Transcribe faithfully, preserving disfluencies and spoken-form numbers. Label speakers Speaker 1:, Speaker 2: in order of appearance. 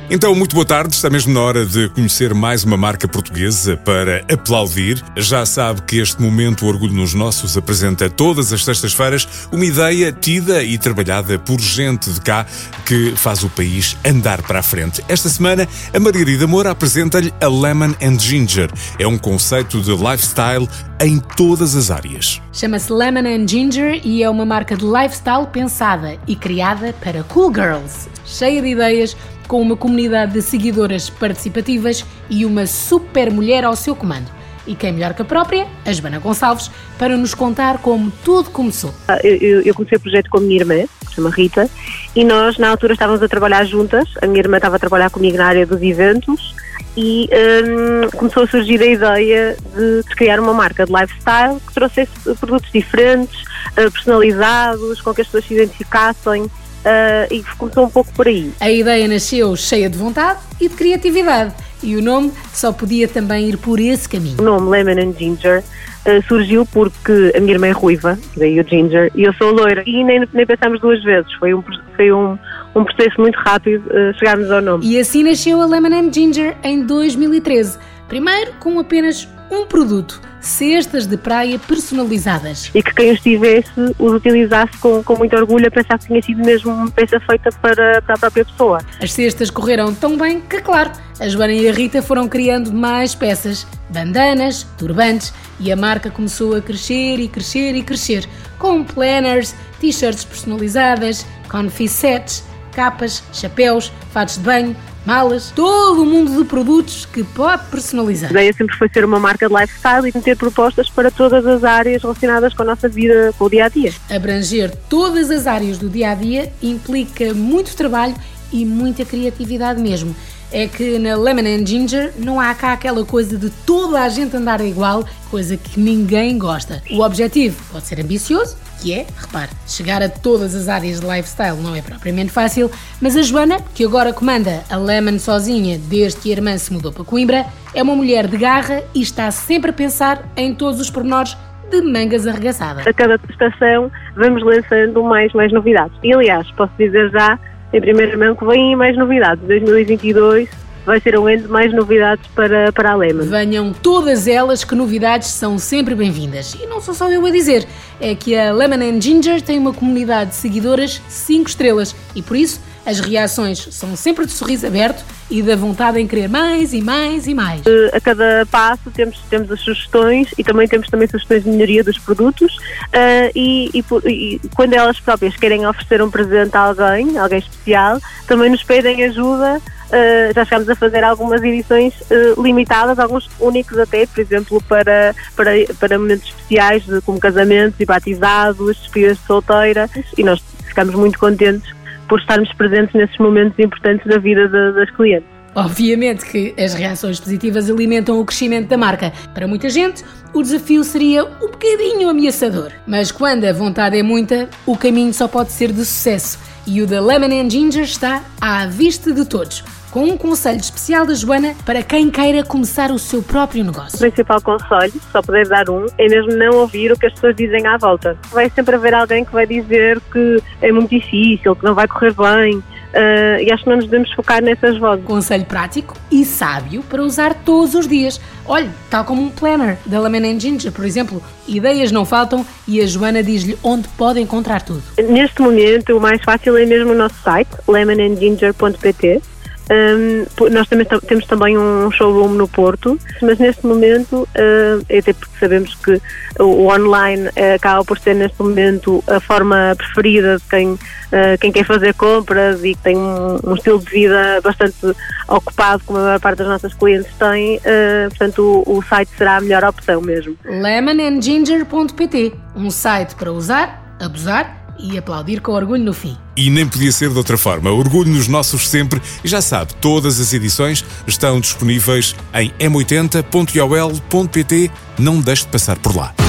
Speaker 1: Então, muito boa tarde. Está mesmo na hora de conhecer mais uma marca portuguesa para aplaudir. Já sabe que este momento, o Orgulho nos Nossos, apresenta todas as sextas-feiras uma ideia tida e trabalhada por gente de cá que faz o país andar para a frente. Esta semana, a Margarida Moura apresenta-lhe a Lemon and Ginger. É um conceito de lifestyle em todas as áreas.
Speaker 2: Chama-se Lemon and Ginger e é uma marca de lifestyle pensada e criada para cool girls, cheia de ideias, com uma comunidade de seguidoras participativas e uma super mulher ao seu comando. E quem melhor que a própria, a Joana Gonçalves, para nos contar como tudo começou.
Speaker 3: Eu, eu comecei o projeto com a minha irmã, que se chama Rita, e nós na altura estávamos a trabalhar juntas. A minha irmã estava a trabalhar comigo na área dos eventos e um, começou a surgir a ideia de, de criar uma marca de lifestyle que trouxesse produtos diferentes, uh, personalizados, com que as pessoas se identificassem. Uh, e começou um pouco por aí.
Speaker 2: A ideia nasceu cheia de vontade e de criatividade e o nome só podia também ir por esse caminho.
Speaker 3: O nome Lemon and Ginger uh, surgiu porque a minha irmã é ruiva, daí o Ginger, e eu sou loira e nem, nem pensámos duas vezes, foi um, foi um, um processo muito rápido uh, chegarmos ao nome.
Speaker 2: E assim nasceu a Lemon and Ginger em dois mil e treze, primeiro com apenas um produto, cestas de praia personalizadas.
Speaker 3: E que quem os tivesse os utilizasse com, com muito orgulho a pensar que tinha sido mesmo uma peça feita para, para a própria pessoa.
Speaker 2: As cestas correram tão bem que, claro, a Joana e a Rita foram criando mais peças, bandanas, turbantes, e a marca começou a crescer e crescer e crescer, com planners, t-shirts personalizadas, confit sets, capas, chapéus, fatos de banho, malas, todo o mundo de produtos que pode personalizar.
Speaker 3: A ideia sempre foi ser uma marca de lifestyle e ter propostas para todas as áreas relacionadas com a nossa vida, com o dia-a-dia.
Speaker 2: Abranger todas as áreas do dia-a-dia implica muito trabalho e muita criatividade mesmo. É que na Lemon and Ginger não há cá aquela coisa de toda a gente andar igual, coisa que ninguém gosta. O objetivo pode ser ambicioso, que é, repare, chegar a todas as áreas de lifestyle não é propriamente fácil, mas a Joana, que agora comanda a Lemon sozinha desde que a irmã se mudou para Coimbra, é uma mulher de garra e está sempre a pensar em todos os pormenores de mangas arregaçadas.
Speaker 3: A cada estação vamos lançando mais, mais novidades. E aliás, posso dizer já, em primeira mão, que vêm mais novidades. dois mil e vinte e dois vai ser um ano de mais novidades para, para a Lemon.
Speaker 2: Venham todas elas, que novidades são sempre bem-vindas. E não sou só eu a dizer, é que a Lemon and Ginger tem uma comunidade de seguidoras cinco estrelas e por isso as reações são sempre de sorriso aberto e da vontade em querer mais e mais e mais.
Speaker 3: A cada passo temos, temos as sugestões e também temos também sugestões de melhoria dos produtos uh, e, e, e quando elas próprias querem oferecer um presente a alguém, alguém especial, também nos pedem ajuda. Uh, já chegámos a fazer algumas edições uh, limitadas, alguns únicos até, por exemplo, para, para, para momentos especiais, de, como casamentos e batizados, despedidas de solteira, e nós ficamos muito contentes por estarmos presentes nesses momentos importantes da vida de, das clientes.
Speaker 2: Obviamente que as reações positivas alimentam o crescimento da marca. Para muita gente, o desafio seria um bocadinho ameaçador. Mas quando a vontade é muita, o caminho só pode ser de sucesso. E o da Lemon and Ginger está à vista de todos, com um conselho especial da Joana para quem queira começar o seu próprio negócio.
Speaker 3: O principal conselho, se só puder dar um, é mesmo não ouvir o que as pessoas dizem à volta. Vai sempre haver alguém que vai dizer que é muito difícil, que não vai correr bem, uh, e acho que não nos devemos focar nessas vozes.
Speaker 2: Conselho prático e sábio para usar todos os dias. Olhe, tal como um planner da Lemon and Ginger, por exemplo, ideias não faltam e a Joana diz-lhe onde pode encontrar tudo.
Speaker 3: Neste momento, o mais fácil é mesmo o nosso site, lemon and ginger ponto pt. Um, nós também temos também um showroom no Porto, mas neste momento, uh, até porque sabemos que o online uh, acaba por ser neste momento a forma preferida de quem, uh, quem quer fazer compras e que tem um, um estilo de vida bastante ocupado, como a maior parte das nossas clientes tem, uh, portanto o, o site será a melhor opção mesmo.
Speaker 2: lemon and ginger ponto pt, um site para usar, abusar e aplaudir com orgulho no fim.
Speaker 1: E nem podia ser de outra forma. Orgulho nos Nossos sempre. E já sabe, todas as edições estão disponíveis em m oitenta ponto i o l ponto pt. Não deixe de passar por lá.